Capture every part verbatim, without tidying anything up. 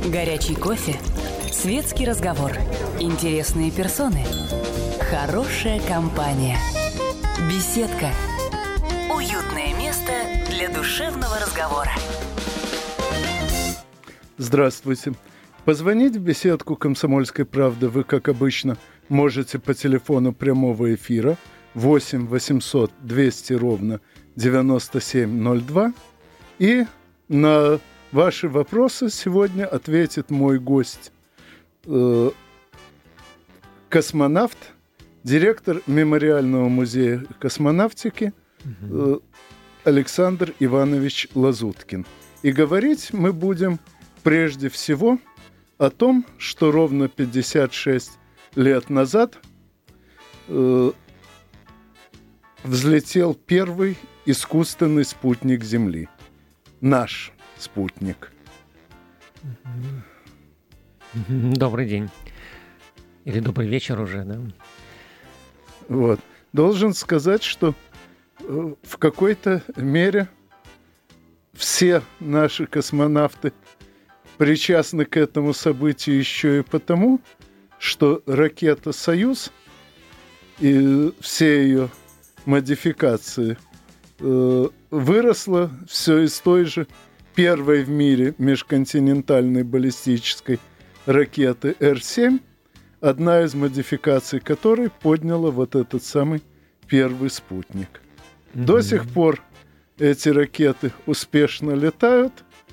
Горячий кофе, светский разговор, интересные персоны, хорошая компания, беседка, уютное место для душевного разговора. Здравствуйте. Позвонить в беседку «Комсомольской правды» вы, как обычно, можете по телефону прямого эфира восемь восемьсот двести ровно девяносто семь ноль два. И на ваши вопросы сегодня ответит мой гость, э, космонавт, директор Мемориального музея космонавтики э, Александр Иванович Лазуткин. И говорить мы будем прежде всего о том, что ровно пятьдесят шесть лет назад э, взлетел первый искусственный спутник Земли. Наш спутник. Добрый день. Или добрый вечер уже, да? Вот. Должен сказать, что э, в какой-то мере все наши космонавты причастны к этому событию еще и потому, что ракета «Союз» и все ее модификации э, выросла все из той же первой в мире межконтинентальной баллистической ракеты Эр семь, одна из модификаций которой подняла вот этот самый первый спутник. Mm-hmm. До сих пор эти ракеты успешно летают.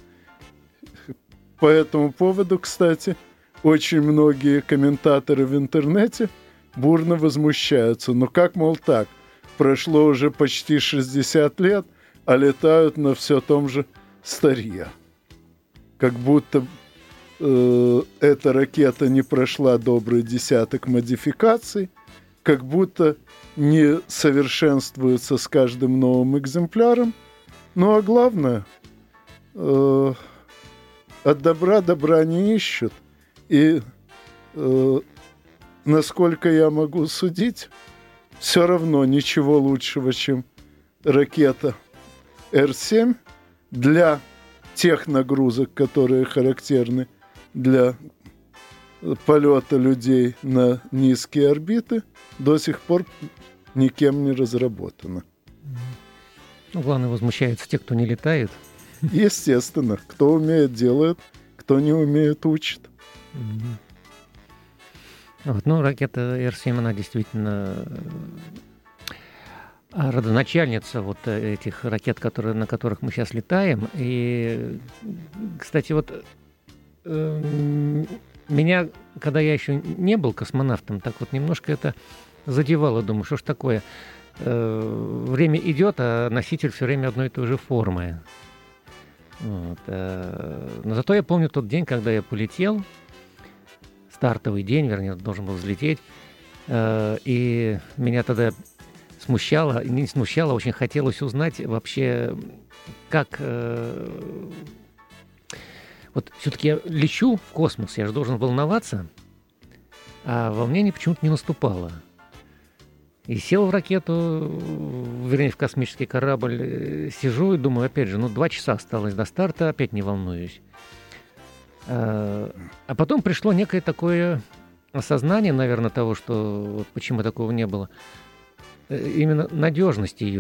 По этому поводу, кстати, очень многие комментаторы в интернете бурно возмущаются. Ну как, мол, так? Прошло уже почти шестьдесят лет, а летают на все том же старье. Как будто э, эта ракета не прошла добрый десяток модификаций, как будто не совершенствуется с каждым новым экземпляром. Ну а главное, э, от добра добра не ищут. И, э, насколько я могу судить, все равно ничего лучшего, чем ракета Эр семь, для тех нагрузок, которые характерны для полета людей на низкие орбиты, до сих пор никем не разработано. Ну, главное, возмущаются те, кто не летает. Естественно. Кто умеет, делает, кто не умеет, учит. Вот, ну, ракета Эр семь, она действительно родоначальница вот этих ракет, которые, на которых мы сейчас летаем. И, кстати, вот э, меня, когда я еще не был космонавтом, так вот немножко это задевало. Думаю, что ж такое? Э, время идет, а носитель все время одной и той же формы. Вот, э, но зато я помню тот день, когда я полетел, стартовый день, вернее, должен был взлететь, э, и меня тогда смущало, не смущало, очень хотелось узнать вообще, как... Э, вот все-таки я лечу в космос, я же должен волноваться, а волнение почему-то не наступало. И сел в ракету, вернее, в космический корабль, сижу и думаю, опять же, ну, два часа осталось до старта, опять не волнуюсь. А потом пришло некое такое осознание, наверное, того, что вот почему такого не было. Именно надежность ее.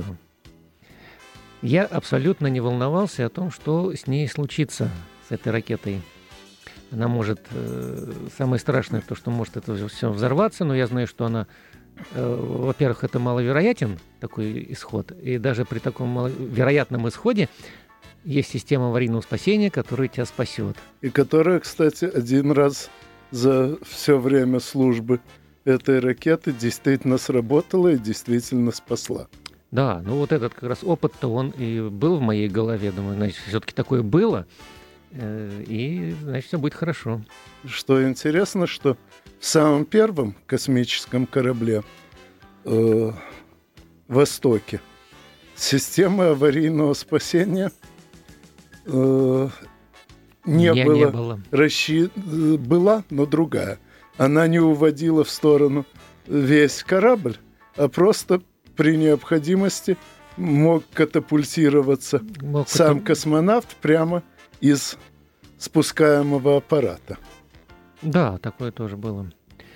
Я абсолютно не волновался о том, что с ней случится, с этой ракетой. Она может... Самое страшное то, что может это все взорваться, но я знаю, что она... Во-первых, это маловероятен такой исход, и даже при таком маловероятном исходе есть система аварийного спасения, которая тебя спасет. И которая, кстати, один раз за все время службы этой ракеты действительно сработала и действительно спасла. Да, ну вот этот как раз опыт-то он и был в моей голове. Думаю, значит, все-таки такое было, и, значит, все будет хорошо. Что интересно, что в самом первом космическом корабле э, «Востоке» система аварийного спасения э, не, не, было, не было. Расщи... Была, но другая. Она не уводила в сторону весь корабль, а просто при необходимости мог катапультироваться мог сам катап... космонавт прямо из спускаемого аппарата. Да, такое тоже было.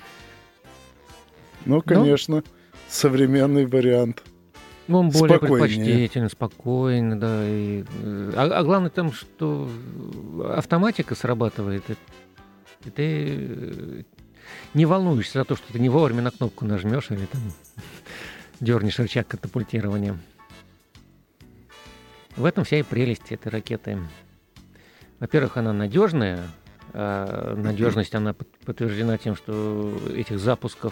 Ну, конечно, Но... современный вариант. Ну, он более спокойнее. предпочтительный, спокойный, да. И, а, а главное там, что автоматика срабатывает, и, и ты не волнуешься за то, что ты не вовремя на кнопку нажмешь или там дернешь рычаг катапультирования. В этом вся и прелесть этой ракеты. Во-первых, она надежная. А надежность, она подтверждена тем, что этих запусков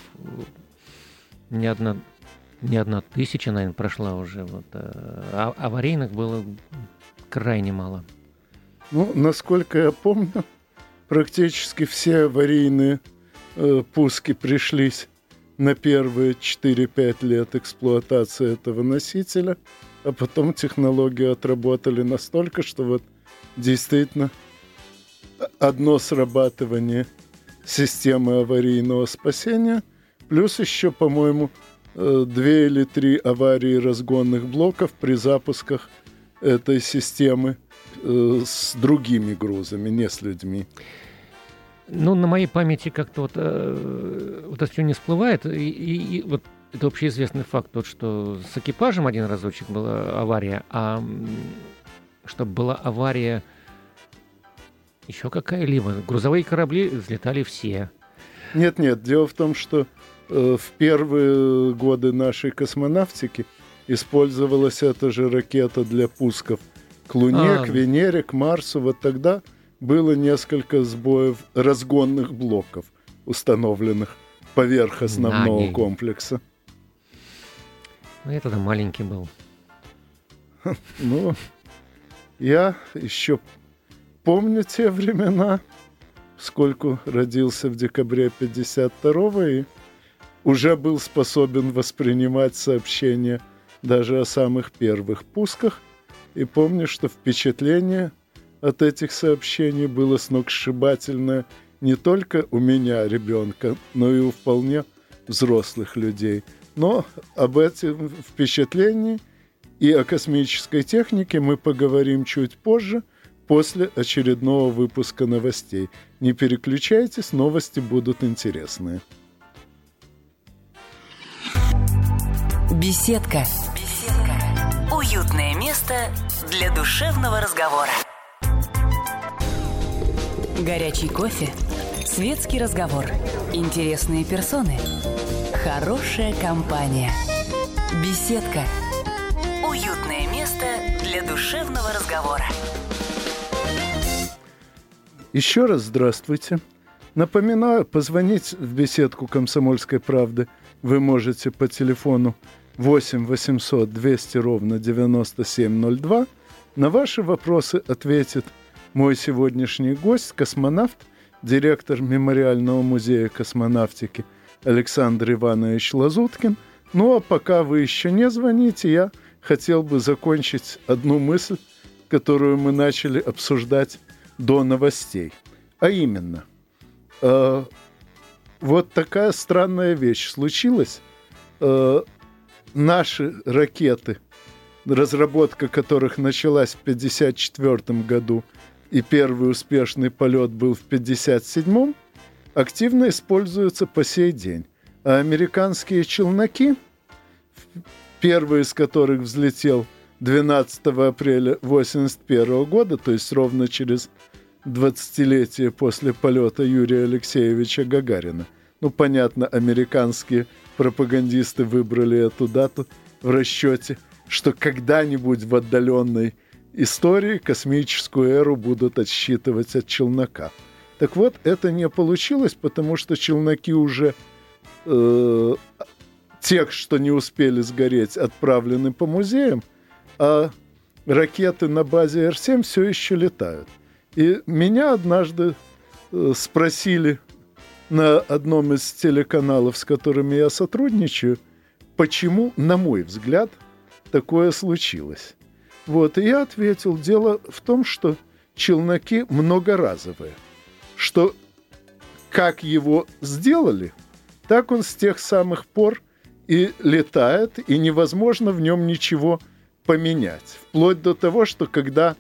не одна, не одна тысяча, наверное, прошла уже. Вот. А аварийных было крайне мало. Ну, насколько я помню, практически все аварийные э, пуски пришлись на первые четыре-пять лет эксплуатации этого носителя, а потом технологию отработали настолько, что вот действительно одно срабатывание системы аварийного спасения, плюс еще, по-моему, две или три аварии разгонных блоков при запусках этой системы с другими грузами, не с людьми. Ну, на моей памяти как-то вот, э, вот это все не всплывает. И, и, и вот это общеизвестный факт, тот, что с экипажем один разочек была авария, а чтобы была авария еще какая-либо. Грузовые корабли взлетали все. Нет-нет, дело в том, что э, в первые годы нашей космонавтики использовалась эта же ракета для пусков к Луне, а, к Венере, к Марсу. Вот тогда было несколько сбоев разгонных блоков, установленных поверх основного комплекса. Ну, я тогда маленький был. Ну, я еще помню те времена, поскольку родился в декабре пятьдесят второго и уже был способен воспринимать сообщения даже о самых первых пусках. И помню, что впечатление от этих сообщений было сногсшибательное не только у меня, ребенка, но и у вполне взрослых людей. Но об этом впечатлении и о космической технике мы поговорим чуть позже, после очередного выпуска новостей. Не переключайтесь, новости будут интересные. Беседка. Беседка. Уютное место для душевного разговора. Горячий кофе, светский разговор, интересные персоны, хорошая компания. Беседка. Уютное место для душевного разговора. Еще раз здравствуйте. Напоминаю, позвонить в беседку «Комсомольской правды» вы можете по телефону восемь восемьсот двести ровно девяносто семь ноль два. На ваши вопросы ответит мой сегодняшний гость, космонавт, директор Мемориального музея космонавтики Александр Иванович Лазуткин. Ну а пока вы еще не звоните, я хотел бы закончить одну мысль, которую мы начали обсуждать до новостей. А именно, э, вот такая странная вещь случилась. Э, наши ракеты, разработка которых началась в пятьдесят четвёртом году, и первый успешный полет был в пятьдесят седьмом, активно используются по сей день. А американские челноки, первый из которых взлетел двенадцатого апреля восемьдесят первого года, то есть ровно через двадцатилетие после полета Юрия Алексеевича Гагарина. Ну, понятно, американские пропагандисты выбрали эту дату в расчете, что когда-нибудь в отдаленной истории космическую эру будут отсчитывать от челнока. Так вот, это не получилось, потому что челноки уже, э, тех, что не успели сгореть, отправлены по музеям, а ракеты на базе эр семь все еще летают. И меня однажды э, спросили на одном из телеканалов, с которыми я сотрудничаю, почему, на мой взгляд, такое случилось. Вот, и я ответил, дело в том, что челноки многоразовые, что как его сделали, так он с тех самых пор и летает, и невозможно в нем ничего поменять. Вплоть до того, что когда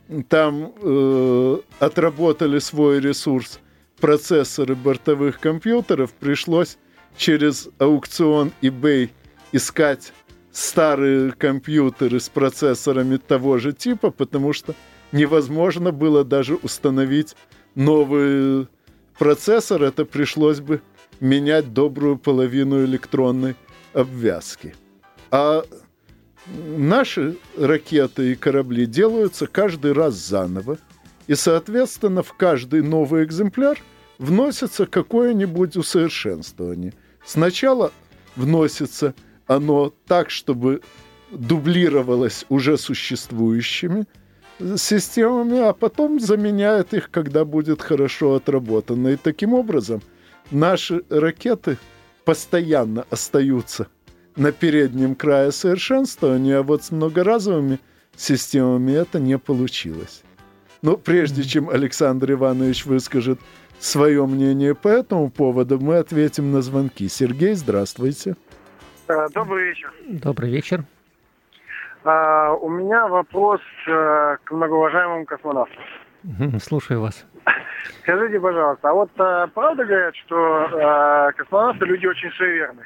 там э, отработали свой ресурс процессоры бортовых компьютеров, пришлось через аукцион eBay искать старые компьютеры с процессорами того же типа, потому что невозможно было даже установить новый процессор, это пришлось бы менять добрую половину электронной обвязки. А наши ракеты и корабли делаются каждый раз заново, и, соответственно, в каждый новый экземпляр вносится какое-нибудь усовершенствование. Сначала вносится оно так, чтобы дублировалось уже существующими системами, а потом заменяет их, когда будет хорошо отработано. И таким образом наши ракеты постоянно остаются на переднем крае совершенствования, а вот с многоразовыми системами это не получилось. Но прежде чем Александр Иванович выскажет свое мнение по этому поводу, мы ответим на звонки. Сергей, здравствуйте. Добрый вечер. Добрый вечер. А, у меня вопрос а, к многоуважаемым космонавтам. Слушаю вас. Скажите, пожалуйста, а вот а, правда говорят, что а, космонавты люди очень суеверные?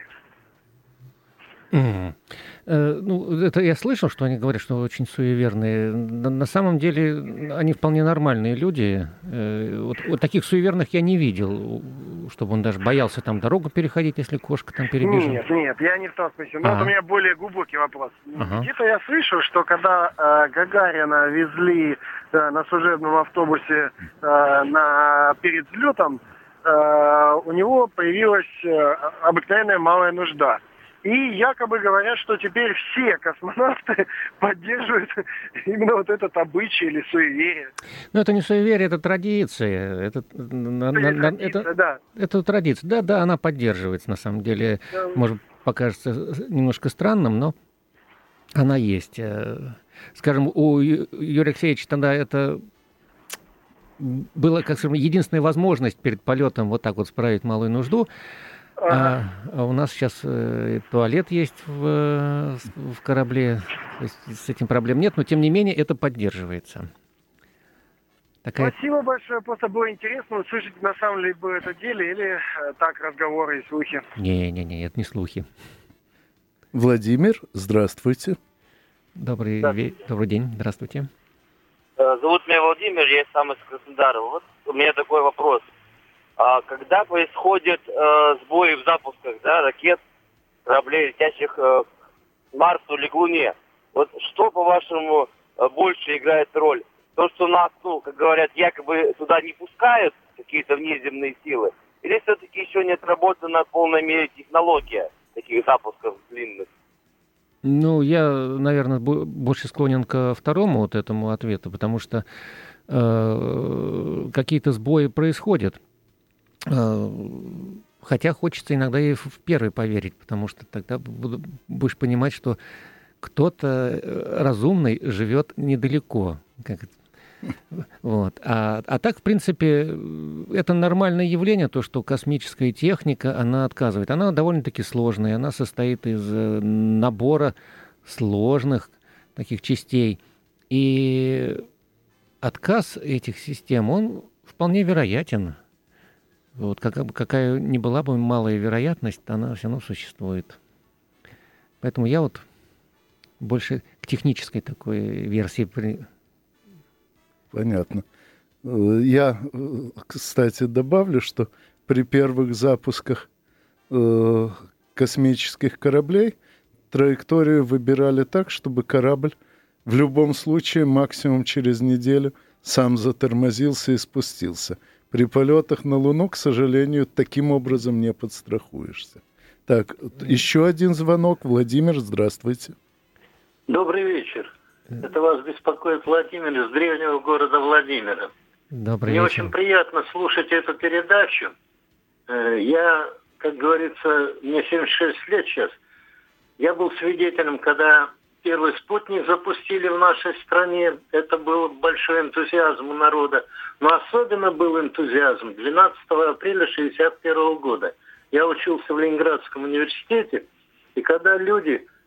Mm. Э, ну, это я слышал, что они говорят, что очень суеверные. На, на самом деле они вполне нормальные люди. Э, вот, вот таких суеверных я не видел, чтобы он даже боялся там дорогу переходить, если кошка там перебежит. Нет, нет, я не в том смысле. Но ага. вот у меня более глубокий вопрос. Ага. Где-то я слышал, что когда э, Гагарина везли э, на служебном автобусе э, на, перед взлетом, э, у него появилась э, обыкновенная малая нужда. И якобы говорят, что теперь все космонавты поддерживают именно вот этот обычай или суеверие. Ну, это не суеверие, это традиция. Это, на, на, на, традиция, это, да. это традиция. Да, да, она поддерживается, на самом деле. Да. Может, покажется немножко странным, но она есть. Скажем, у Юрия Алексеевича тогда это была, как скажем, единственная возможность перед полетом вот так вот справить малую нужду. А, а у нас сейчас э, туалет есть в, в корабле, то есть с этим проблем нет, но тем не менее это поддерживается. Такая... Спасибо большое, просто было интересно услышать, на самом ли бы это деле или э, так разговоры и слухи. Не-не-не, это не слухи. Владимир, здравствуйте. Добрый, ве... Добрый день, здравствуйте. Зовут меня Владимир, я сам из Краснодара. Вот у меня такой вопрос. А когда происходят э, сбои в запусках, да, ракет, кораблей, летящих э, к Марсу или к Луне, вот что, по-вашему, э, больше играет роль? То, что нас, ну, как говорят, якобы туда не пускают какие-то внеземные силы, или все-таки еще не отработана в полной мере технология таких запусков длинных? Ну, я, наверное, больше склонен ко второму вот этому ответу, потому что э, какие-то сбои происходят. Хотя хочется иногда и в первый поверить, потому что тогда будешь понимать, что кто-то разумный живет недалеко. Как это? Вот. А, а так, в принципе, это нормальное явление, то, что космическая техника, она отказывает. Она довольно-таки сложная, она состоит из набора сложных таких частей. И отказ этих систем, он вполне вероятен. Вот какая, какая ни была бы малая вероятность, она все равно существует. Поэтому я вот больше к технической такой версии. Понятно. Я, кстати, добавлю, что при первых запусках э, космических кораблей траекторию выбирали так, чтобы корабль в любом случае максимум через неделю сам затормозился и спустился. При полетах на Луну, к сожалению, таким образом не подстрахуешься. Так, еще один звонок. Владимир, здравствуйте. Добрый вечер. Это вас беспокоит Владимир из древнего города Владимира. Добрый Мне вечер. очень приятно слушать эту передачу. Я, как говорится, мне семьдесят шесть лет сейчас. Я был свидетелем, когда первый спутник запустили в нашей стране. Это был большой энтузиазм у народа. Но особенно был энтузиазм двенадцатого апреля шестьдесят первого года. Я учился в Ленинградском университете, и когда люди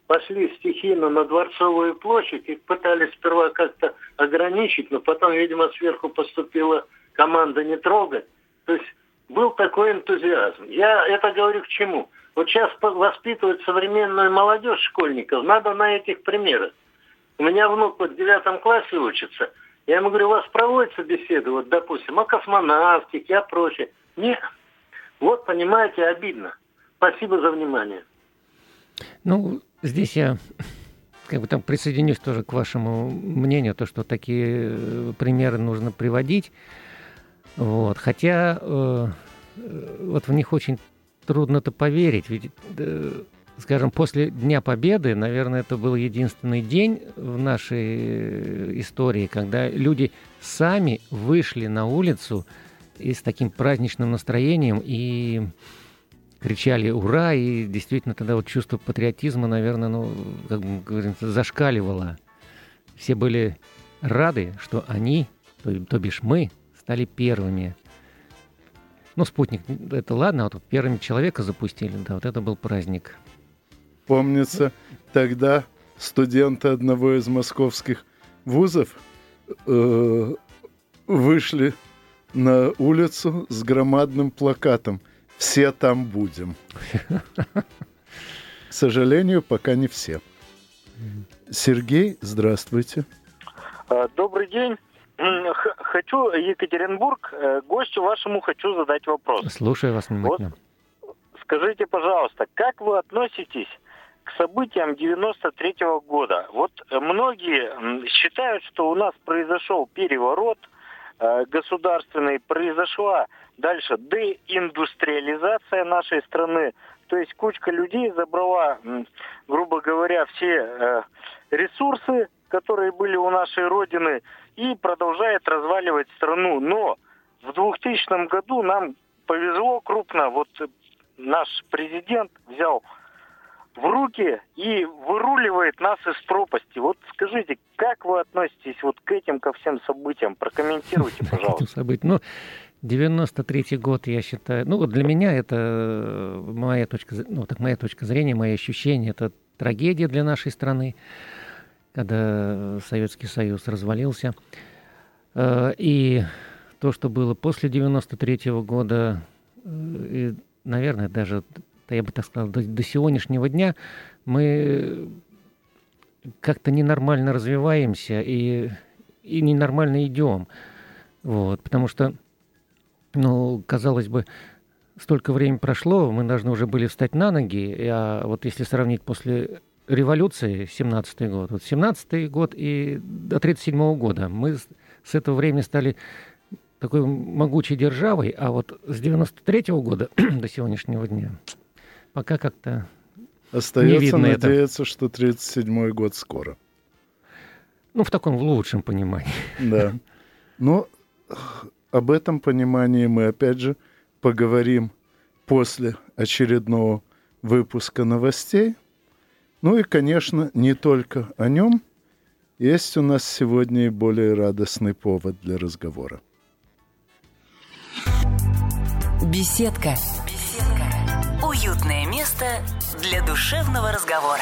пошли стихийно на Дворцовую площадь, их пытались сперва как-то ограничить, но потом, видимо, сверху поступила команда не трогать. То есть был такой энтузиазм. Я это говорю к чему? Вот сейчас воспитывать современную молодежь школьников надо на этих примерах. У меня внук вот в девятом классе учится. Я ему говорю, у вас проводятся беседы, вот, допустим, о космонавтике, о прочее. Нет. Вот, понимаете, обидно. Спасибо за внимание. Ну, здесь я как бы там присоединюсь тоже к вашему мнению, то, что такие примеры нужно приводить. Вот. Хотя э, вот в них очень трудно-то поверить. Ведь, э, скажем, после Дня Победы, наверное, это был единственный день в нашей истории, когда люди сами вышли на улицу и с таким праздничным настроением и кричали «Ура!», и действительно тогда вот чувство патриотизма, наверное, ну, как бы говорится, зашкаливало. Все были рады, что они, то, то бишь мы, стали первыми. Ну, спутник, это ладно, а вот первыми человека запустили, да, вот это был праздник. Помнится, тогда студенты одного из московских вузов э, вышли на улицу с громадным плакатом «Все там будем». К сожалению, пока не все. Сергей, здравствуйте. Добрый день. Хочу, Екатеринбург, гостю вашему хочу задать вопрос. Слушаю вас внимательно. Вот, скажите, пожалуйста, как вы относитесь к событиям девяносто третьего года? Вот многие считают, что у нас произошел переворот э, государственный, произошла дальше деиндустриализация нашей страны, то есть кучка людей забрала, грубо говоря, все э, ресурсы, которые были у нашей Родины, и продолжает разваливать страну. Но в двухтысячном году нам повезло крупно. Вот наш президент взял в руки и выруливает нас из пропасти. Вот скажите, как вы относитесь вот к этим, ко всем событиям? Прокомментируйте, пожалуйста. Ну, девяносто третий год, я считаю... Ну, вот для меня это моя точка, ну, так моя точка зрения, мои ощущения. Это трагедия для нашей страны, когда Советский Союз развалился. И то, что было после девяносто третьего года, и, наверное, даже, я бы так сказал, до, до сегодняшнего дня мы как-то ненормально развиваемся и, и ненормально идем. Вот, потому что, ну, казалось бы, столько времени прошло, мы должны уже были встать на ноги, а вот если сравнить после революции, семнадцатый год, вот семнадцатый год и до тридцать седьмого года мы с, с этого времени стали такой могучей державой, а вот с девяносто третьего года до сегодняшнего дня пока как-то остается не видно надеяться, это. что тридцать седьмой год скоро. Ну, в таком в лучшем понимании. Да. Но об этом понимании мы опять же поговорим после очередного выпуска новостей. Ну и, конечно, не только о нем. Есть у нас сегодня и более радостный повод для разговора. Беседка. Беседка. Уютное место для душевного разговора.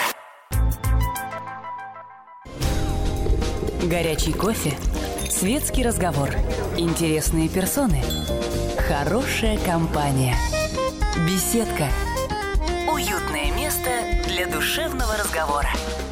Горячий кофе. Светский разговор. Интересные персоны. Хорошая компания. Беседка. Уютное место для душевного разговора.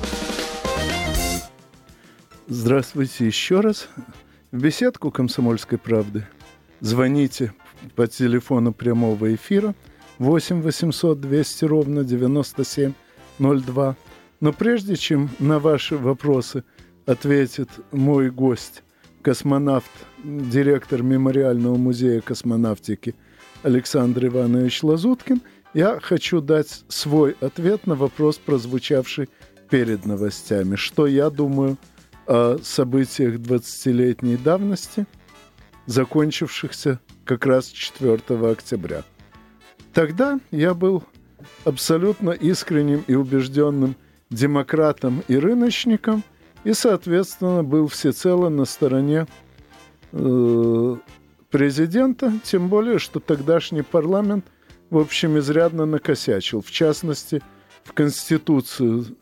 Здравствуйте еще раз. В беседку «Комсомольской правды» звоните по телефону прямого эфира восемь восемьсот двести ровно девяносто семь ноль два. Но прежде чем на ваши вопросы ответит мой гость, космонавт, директор Мемориального музея космонавтики Александр Иванович Лазуткин, я хочу дать свой ответ на вопрос, прозвучавший перед новостями. Что я думаю о событиях двадцатилетней давности, закончившихся как раз четвёртого октября. Тогда я был абсолютно искренним и убежденным демократом и рыночником, и, соответственно, был всецело на стороне э, президента, тем более, что тогдашний парламент, в общем, изрядно накосячил. В частности, в Конституцию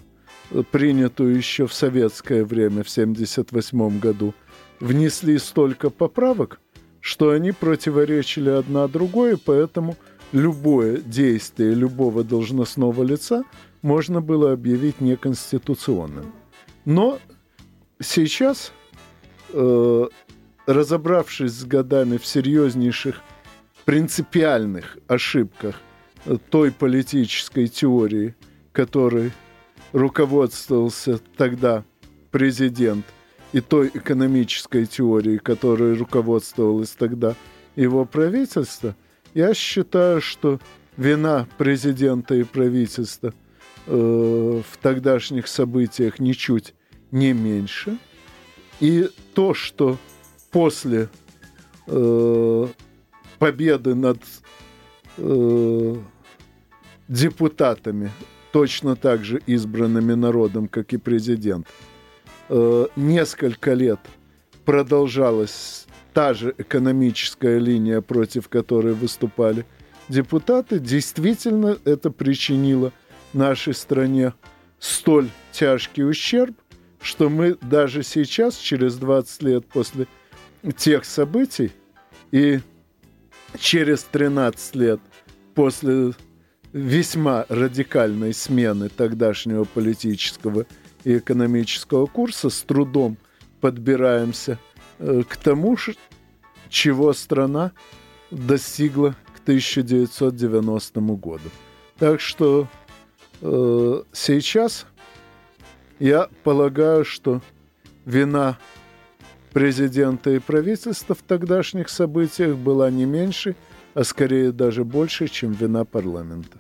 принятую еще в советское время, в семьдесят восьмом году, внесли столько поправок, что они противоречили одна другой, поэтому любое действие любого должностного лица можно было объявить неконституционным. Но сейчас, э, разобравшись с годами в серьезнейших принципиальных ошибках той политической теории, которой руководствовался тогда президент, и той экономической теории, которой руководствовалось тогда его правительство, я считаю, что вина президента и правительства э, в тогдашних событиях ничуть не меньше. И то, что после э, победы над э, депутатами, точно так же избранными народом, как и президент, э, несколько лет продолжалась та же экономическая линия, против которой выступали депутаты, действительно это причинило нашей стране столь тяжкий ущерб, что мы даже сейчас, через двадцать лет после тех событий и через тринадцать лет после весьма радикальной смены тогдашнего политического и экономического курса, с трудом подбираемся э, к тому, чего страна достигла к тысяча девятьсот девяностому году. Так что э, сейчас я полагаю, что вина президента и правительства в тогдашних событиях была не меньше, а скорее даже больше, чем вина парламента.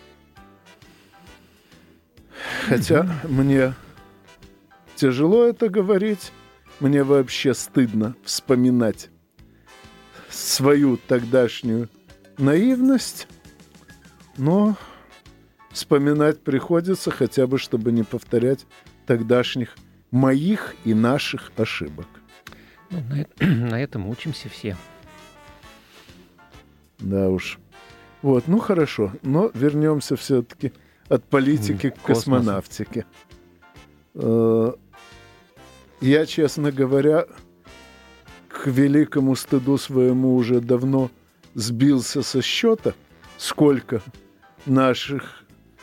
Хотя mm-hmm. мне тяжело это говорить, мне вообще стыдно вспоминать свою тогдашнюю наивность, но вспоминать приходится хотя бы, чтобы не повторять тогдашних моих и наших ошибок. Ну, на, на этом учимся все. Да уж. Вот, ну хорошо, но вернемся все-таки от политики к космонавтике. Я, честно говоря, к великому стыду своему уже давно сбился со счета, сколько наших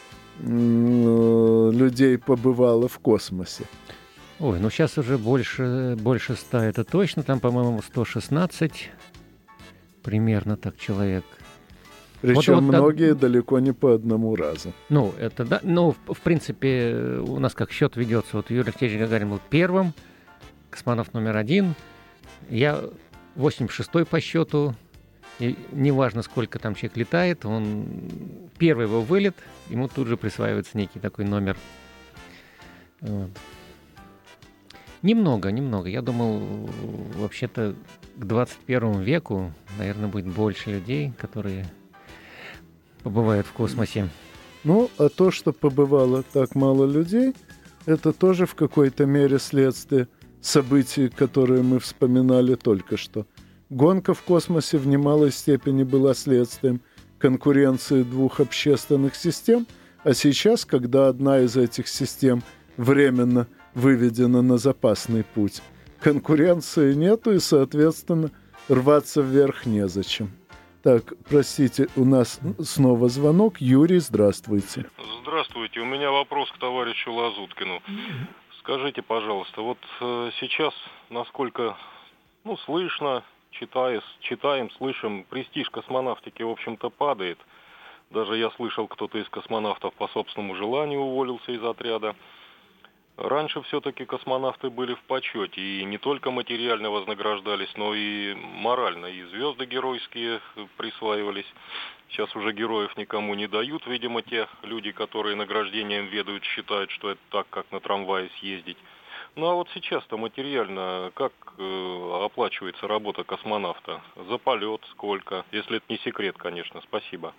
людей побывало в космосе. Ой, ну сейчас уже больше, больше ста, это точно, там, по-моему, сто шестнадцать примерно так человек. Причем вот, вот, да, многие далеко не по одному разу. Ну, это да. Ну, в, в принципе, у нас как счет ведется. Вот Юрий Алексеевич Гагарин был первым, космонавт номер один. Я восемьдесят шестой по счету. И неважно, сколько там человек летает, он первый его вылет, ему тут же присваивается некий такой номер. Вот. Немного, немного. Я думал, вообще-то к двадцать первому веку, наверное, будет больше людей, которые побывают в космосе. Ну, а то, что побывало так мало людей, это тоже в какой-то мере следствие событий, которые мы вспоминали только что. Гонка в космосе в немалой степени была следствием конкуренции двух общественных систем, а сейчас, когда одна из этих систем временно выведена на запасный путь, конкуренции нету и, соответственно, рваться вверх незачем. Так, простите, у нас снова звонок. Юрий, здравствуйте. Здравствуйте. У меня вопрос к товарищу Лазуткину. Скажите, пожалуйста, вот э, сейчас, насколько, ну, слышно, читая, читаем, слышим, престиж космонавтики, в общем-то, падает. Даже я слышал, кто-то из космонавтов по собственному желанию уволился из отряда. Раньше все-таки космонавты были в почете, и не только материально вознаграждались, но и морально, и звезды геройские присваивались. Сейчас уже героев никому не дают, видимо, те люди, которые награждением ведают, считают, что это так, как на трамвае съездить. Ну а вот сейчас-то материально как э, оплачивается работа космонавта? За полет сколько? Если это не секрет, конечно. Спасибо.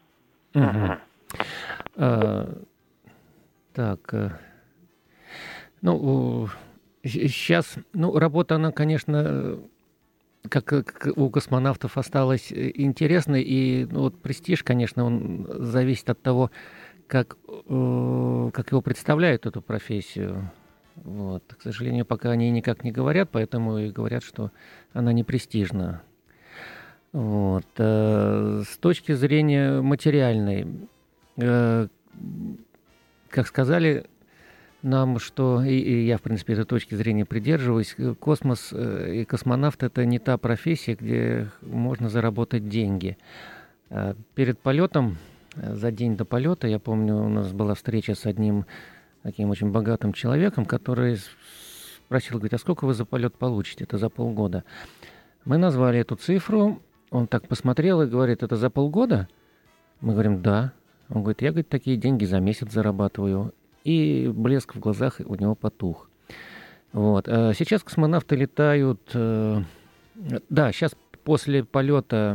Так... Ну, сейчас, ну, работа, она, конечно, как, как у космонавтов осталась интересной, и ну, вот престиж, конечно, он зависит от того, как, э, как его представляют, эту профессию. Вот. К сожалению, пока они никак не говорят, поэтому и говорят, что она не престижна. Вот. Э, с точки зрения материальной, э, как сказали нам, что, и, и я, в принципе, этой точки зрения придерживаюсь, космос и космонавт — это не та профессия, где можно заработать деньги. Перед полетом, за день до полета, я помню, у нас была встреча с одним таким очень богатым человеком, который спросил, говорит, а сколько вы за полет получите? Это за полгода. Мы назвали эту цифру, он так посмотрел и говорит, это за полгода? Мы говорим, да. Он говорит, я, говорит, такие деньги за месяц зарабатываю. И блеск в глазах у него потух. Вот. А сейчас космонавты летают... Э, да, сейчас после полета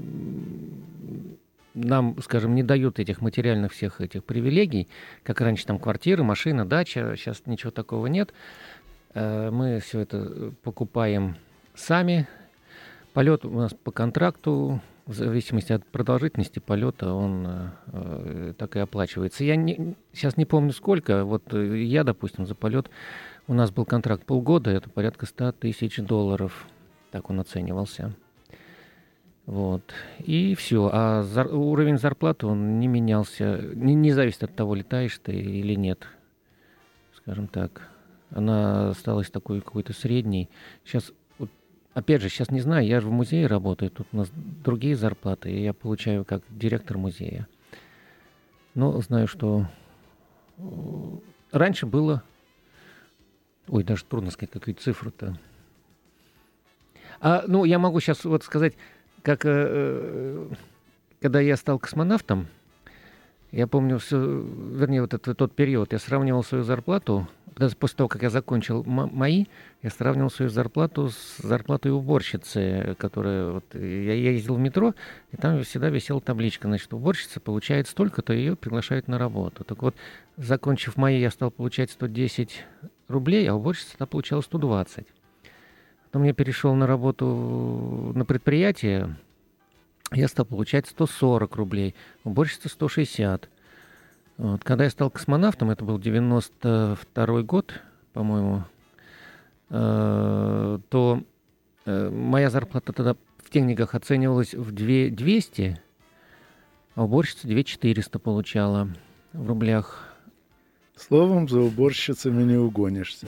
нам, скажем, не дают этих материальных всех этих привилегий, как раньше там квартира, машина, дача. Сейчас ничего такого нет. Э, мы все это покупаем сами. Полет у нас по контракту. В зависимости от продолжительности полета он э, так и оплачивается. Я не, сейчас не помню сколько. Вот я, допустим, за полет, у нас был контракт полгода, это порядка сто тысяч долларов. Так он оценивался. Вот. И все. А зар, уровень зарплаты, он не менялся. Не, не зависит от того, летаешь ты или нет. Скажем так. Она осталась такой какой-то средней. Сейчас... Опять же, сейчас не знаю, я же в музее работаю, тут у нас другие зарплаты, и я получаю как директор музея. Но знаю, что раньше было... Ой, даже трудно сказать, какую цифру-то. А, ну, я могу сейчас вот сказать, как э, когда я стал космонавтом, я помню, все, вернее, вот этот, тот период, я сравнивал свою зарплату, после того, как я закончил м- мои, я сравнивал свою зарплату с зарплатой уборщицы, которая... Вот, я ездил в метро, и там всегда висела табличка, значит, уборщица получает столько-то, ее приглашают на работу. Так вот, закончив мои, я стал получать сто десять рублей, а уборщица тогда получала сто двадцать. Потом я перешел на работу на предприятие, я стал получать сто сорок рублей, уборщица сто шестьдесят. Вот. Когда я стал космонавтом, это был девяносто второй год, по-моему, э, то э, моя зарплата тогда в техниках оценивалась в две тысячи двести, а уборщица две тысячи четыреста получала в рублях. Словом, за уборщицами не угонишься.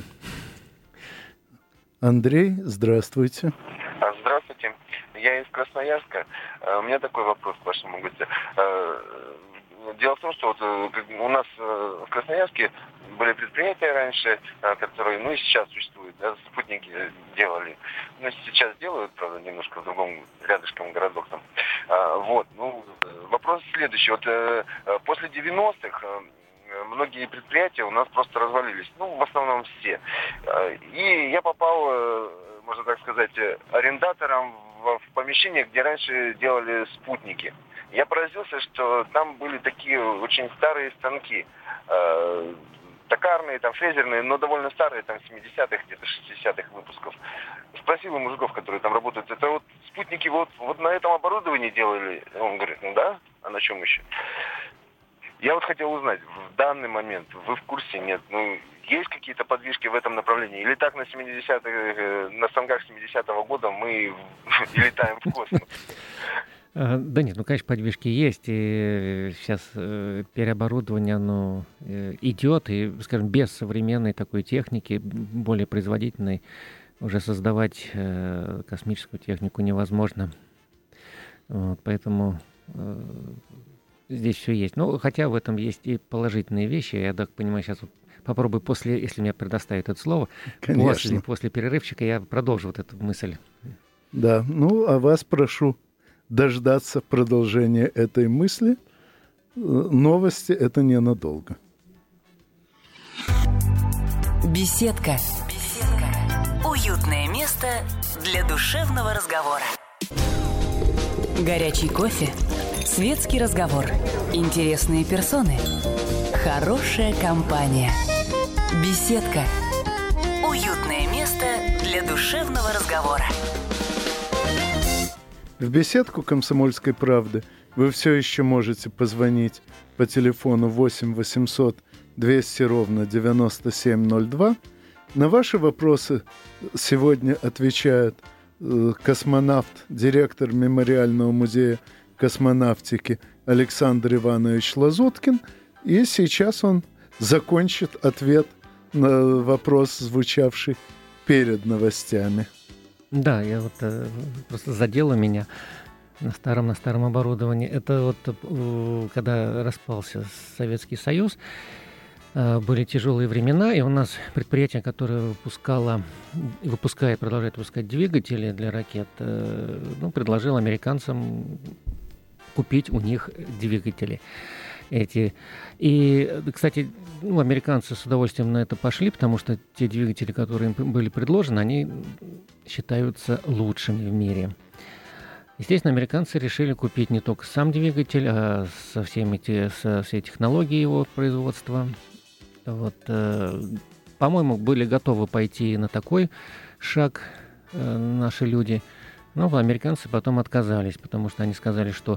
Андрей, здравствуйте. Здравствуйте. Я из Красноярска. У меня такой вопрос к вашему гостю. Дело в том, что вот у нас в Красноярске были предприятия раньше, которые, ну и сейчас существуют, да, спутники делали. Ну, сейчас делают, правда, немножко в другом, рядышком городок там. Вот, ну, вопрос следующий. Вот после девяностых многие предприятия у нас просто развалились. Ну, в основном все. И я попал, можно так сказать, арендатором в помещение, где раньше делали спутники. Я поразился, что там были такие очень старые станки. Э, токарные, там, фрезерные, но довольно старые, там, семидесятых, где-то шестидесятых выпусков. Спросил у мужиков, которые там работают, это вот спутники вот, вот на этом оборудовании делали? Он говорит, ну да, а на чем еще? Я вот хотел узнать, в данный момент вы в курсе, нет, ну, есть какие-то подвижки в этом направлении? Или так на семидесятых, на станках семидесятого года мы и летаем в космос? Да нет, ну, конечно, подвижки есть, и сейчас переоборудование, оно идет, и, скажем, без современной такой техники, более производительной, уже создавать космическую технику невозможно. Вот, поэтому здесь все есть. Ну, хотя в этом есть и положительные вещи. Я так понимаю, сейчас вот попробую после, если мне предоставят это слово, после, после перерывчика я продолжу вот эту мысль. Да, ну, а вас прошу дождаться продолжения этой мысли. Новости — это ненадолго. Беседка. Беседка. Уютное место для душевного разговора. Горячий кофе. Светский разговор. Интересные персоны. Хорошая компания. Беседка. Уютное место для душевного разговора. В беседку «Комсомольской правды» вы все еще можете позвонить по телефону восемь восемьсот двести ровно девяносто семь ноль два. На ваши вопросы сегодня отвечает э, космонавт, директор Мемориального музея космонавтики Александр Иванович Лазуткин. И сейчас он закончит ответ на вопрос, звучавший перед новостями. Да, я вот э, просто задело меня на старом, на старом оборудовании. Это вот э, когда распался Советский Союз, э, были тяжелые времена, и у нас предприятие, которое выпускало, выпускает, продолжает выпускать двигатели для ракет, э, ну, предложило американцам купить у них двигатели эти. И, кстати, ну, американцы с удовольствием на это пошли, потому что те двигатели, которые им были предложены, они считаются лучшими в мире. Естественно, американцы решили купить не только сам двигатель, а со всеми те, со всей технологией его производства. Вот, э, по-моему, были готовы пойти на такой шаг э, наши люди, но американцы потом отказались, потому что они сказали, что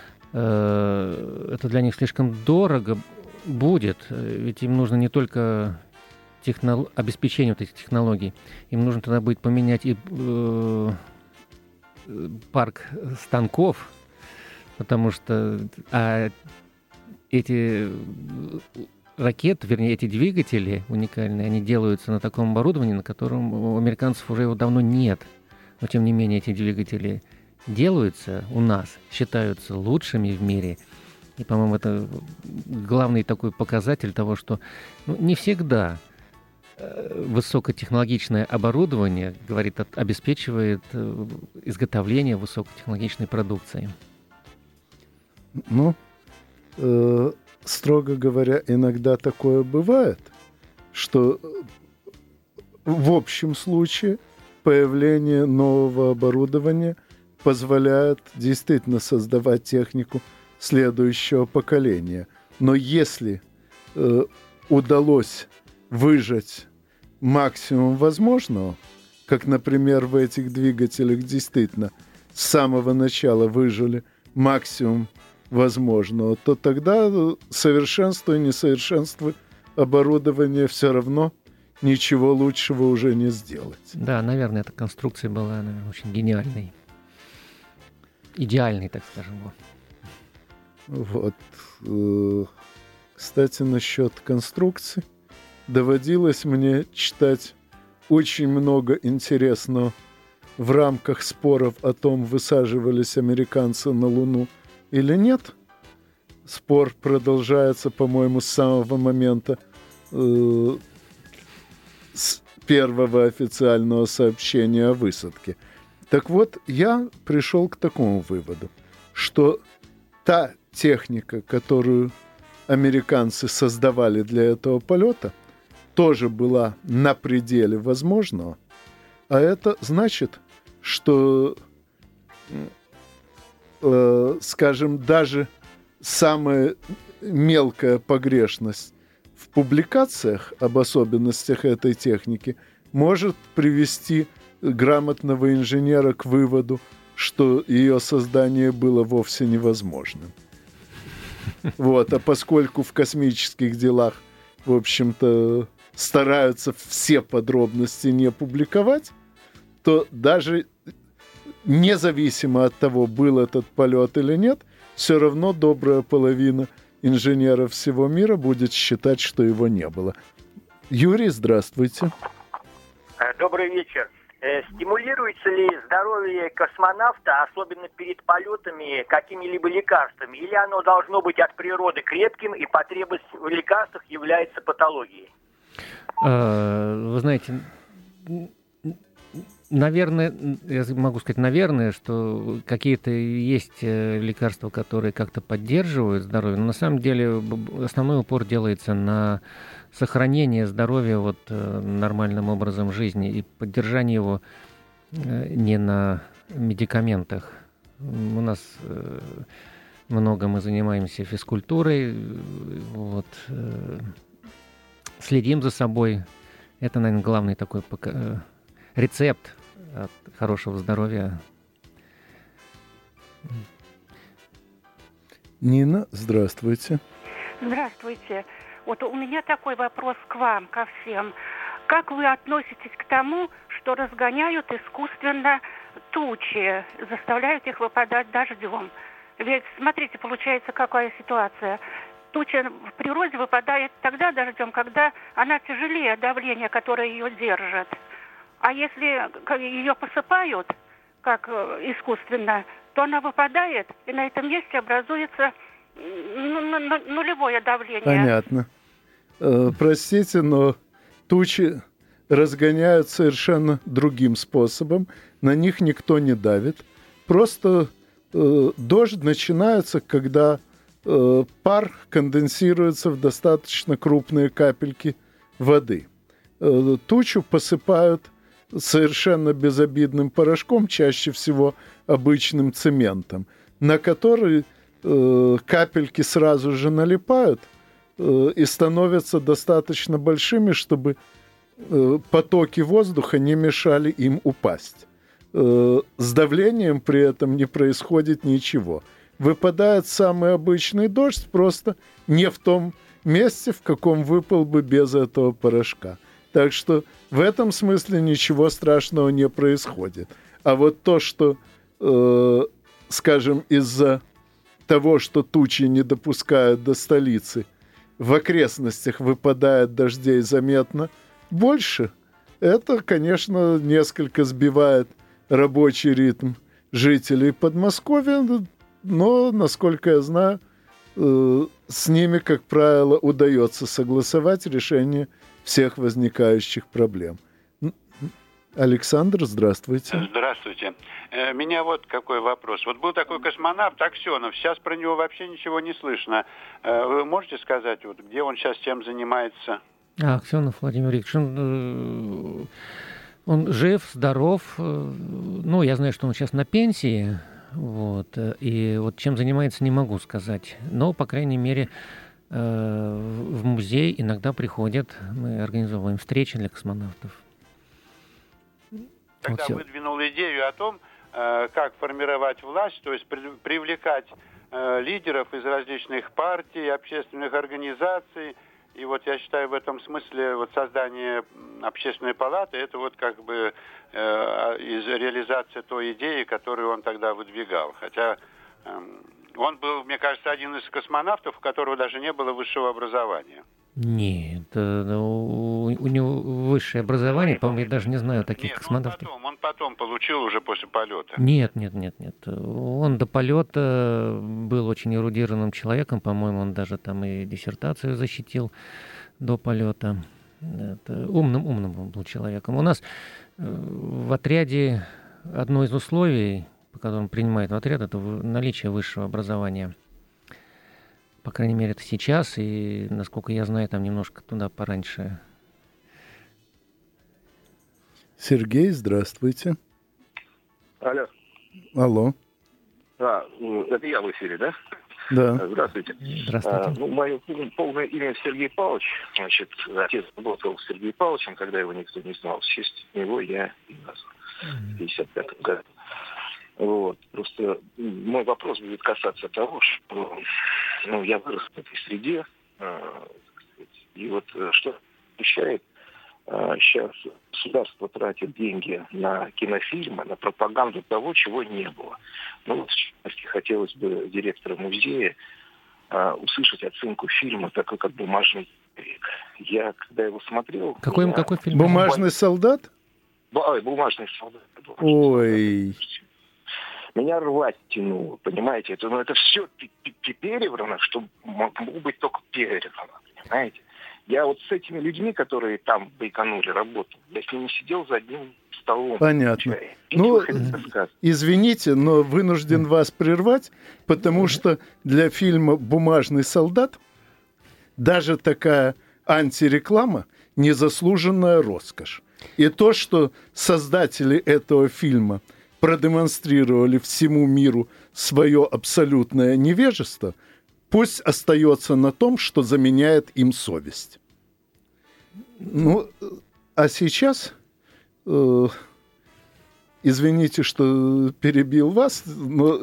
э, это для них слишком дорого будет, ведь им нужно не только технол... обеспечение вот этих технологий, им нужно тогда будет поменять и э, парк станков, потому что а эти ракеты, вернее, эти двигатели уникальные, они делаются на таком оборудовании, на котором у американцев уже его давно нет. Но, тем не менее, эти двигатели делаются у нас, считаются лучшими в мире. И, по-моему, это главный такой показатель того, что ну, не всегда высокотехнологичное оборудование, говорит, обеспечивает изготовление высокотехнологичной продукции. Ну, э, строго говоря, иногда такое бывает, что в общем случае появление нового оборудования позволяет действительно создавать технику следующего поколения. Но если э, удалось выжать максимум возможного, как, например, в этих двигателях действительно с самого начала выжили максимум возможного, то тогда совершенствуя, несовершенствуя оборудование, все равно ничего лучшего уже не сделать. Да, наверное, эта конструкция была, наверное, очень гениальной. Идеальной, так скажем. Вот. Кстати, насчет конструкций. Доводилось мне читать очень много интересного в рамках споров о том, высаживались американцы на Луну или нет. Спор продолжается, по-моему, с самого момента э, с первого официального сообщения о высадке. Так вот, я пришел к такому выводу, что та техника, которую американцы создавали для этого полета, тоже была на пределе возможного, а это значит, что, э, скажем, даже самая мелкая погрешность в публикациях об особенностях этой техники может привести грамотного инженера к выводу, что ее создание было вовсе невозможным. Вот, а поскольку в космических делах, в общем-то, стараются все подробности не публиковать, то даже независимо от того, был этот полет или нет, все равно добрая половина инженеров всего мира будет считать, что его не было. Юрий, здравствуйте. Добрый вечер. Стимулируется ли здоровье космонавта, особенно перед полетами, какими-либо лекарствами? Или оно должно быть от природы крепким, и потребность в лекарствах является патологией? Вы знаете, наверное, я могу сказать, наверное, что какие-то есть лекарства, которые как-то поддерживают здоровье, но на самом деле основной упор делается на сохранение здоровья вот нормальным образом жизни и поддержание его не на медикаментах. У нас много мы занимаемся физкультурой, вот, следим за собой. Это, наверное, главный такой пока рецепт от хорошего здоровья. Нина, здравствуйте. Здравствуйте. Вот у меня такой вопрос к вам, ко всем. Как вы относитесь к тому, что разгоняют искусственно тучи, заставляют их выпадать дождем? Ведь, смотрите, получается, какая ситуация. Туча в природе выпадает тогда дождем, когда она тяжелее давления, которое ее держит. А если ее посыпают, как искусственно, то она выпадает, и на этом месте образуется нулевое давление. Понятно. Э, простите, но тучи разгоняют совершенно другим способом. На них никто не давит. Просто э, дождь начинается, когда э, пар конденсируется в достаточно крупные капельки воды. Э, тучу посыпают совершенно безобидным порошком, чаще всего обычным цементом, на который э, капельки сразу же налипают э, и становятся достаточно большими, чтобы э, потоки воздуха не мешали им упасть. Э, с давлением при этом не происходит ничего. Выпадает самый обычный дождь, просто не в том месте, в каком выпал бы без этого порошка. Так что в этом смысле ничего страшного не происходит. А вот то, что, э, скажем, из-за того, что тучи не допускают до столицы, в окрестностях выпадает дождей заметно больше, это, конечно, несколько сбивает рабочий ритм жителей Подмосковья, но, насколько я знаю, э, с ними, как правило, удается согласовать решение всех возникающих проблем. Александр, здравствуйте. Здравствуйте. Меня вот какой вопрос. Вот был такой космонавт Аксенов, сейчас про него вообще ничего не слышно. Вы можете сказать, вот, где он сейчас чем занимается? А, Аксенов Владимир Викторович, он, он жив, здоров. Ну, я знаю, что он сейчас на пенсии. Вот, и вот чем занимается, не могу сказать. Но, по крайней мере, в музей иногда приходят, мы организовываем встречи для космонавтов. Тогда вот выдвинул идею о том, как формировать власть, то есть привлекать лидеров из различных партий, общественных организаций. И вот я считаю, в этом смысле вот создание общественной палаты, это вот как бы э, из реализация той идеи, которую он тогда выдвигал. Хотя э, он был, мне кажется, один из космонавтов, у которого даже не было высшего образования. Нет, у, у него высшее образование, по-моему, я даже не знаю таких нет, космонавтов. Он потом, он потом получил уже после полета. Нет, нет, нет, нет. Он до полета был очень эрудированным человеком, по-моему, он даже там и диссертацию защитил до полета. Это умным, умным он был человеком. У нас в отряде одно из условий, по которым принимает в отряд, это наличие высшего образования. По крайней мере, это сейчас, и, насколько я знаю, там немножко туда пораньше. Сергей, здравствуйте. Алло. Алло. А, это я в эфире, да? Да. Здравствуйте. Здравствуйте. А, ну, мое полное имя Сергей Павлович. Значит, отец работал с Сергеем Павловичем, когда его никто не знал. В честь него я и назвал в пятьдесят пятом году. Вот. Просто мой вопрос будет касаться того, что ну, я вырос в этой среде, э, и вот что ощущает, э, сейчас государство тратит деньги на кинофильмы, на пропаганду того, чего не было. Ну вот, в частности, хотелось бы директора музея э, услышать оценку фильма, такой как «Бумажный человек». Я, когда его смотрел... Какой, меня... какой фильм? «Бумажный солдат»? Ой, «Бумажный солдат». Ой... Меня рвать тянуло, понимаете? Это, ну, это все переврано, что могло быть только переврано, понимаете? Я вот с этими людьми, которые там в Байконуре работали, я с ними сидел за одним столом. Понятно. Ну, извините, но вынужден вас прервать, потому что для фильма «Бумажный солдат» даже такая антиреклама — незаслуженная роскошь. И то, что создатели этого фильма продемонстрировали всему миру свое абсолютное невежество, пусть остается на том, что заменяет им совесть. Ну, а сейчас, э, извините, что перебил вас, но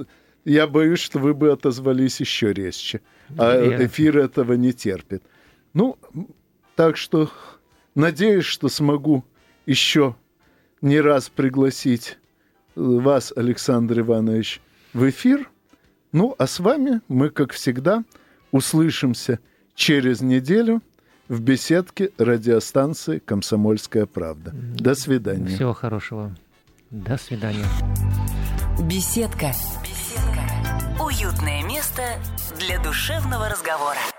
я боюсь, что вы бы отозвались еще резче. А Я- эфир этого не терпит. Ну, так что надеюсь, что смогу еще не раз пригласить вас, Александр Иванович, в эфир. Ну, а с вами мы, как всегда, услышимся через неделю в беседке радиостанции «Комсомольская правда». До свидания. Всего хорошего. До свидания. Беседка. Беседка. Уютное место для душевного разговора.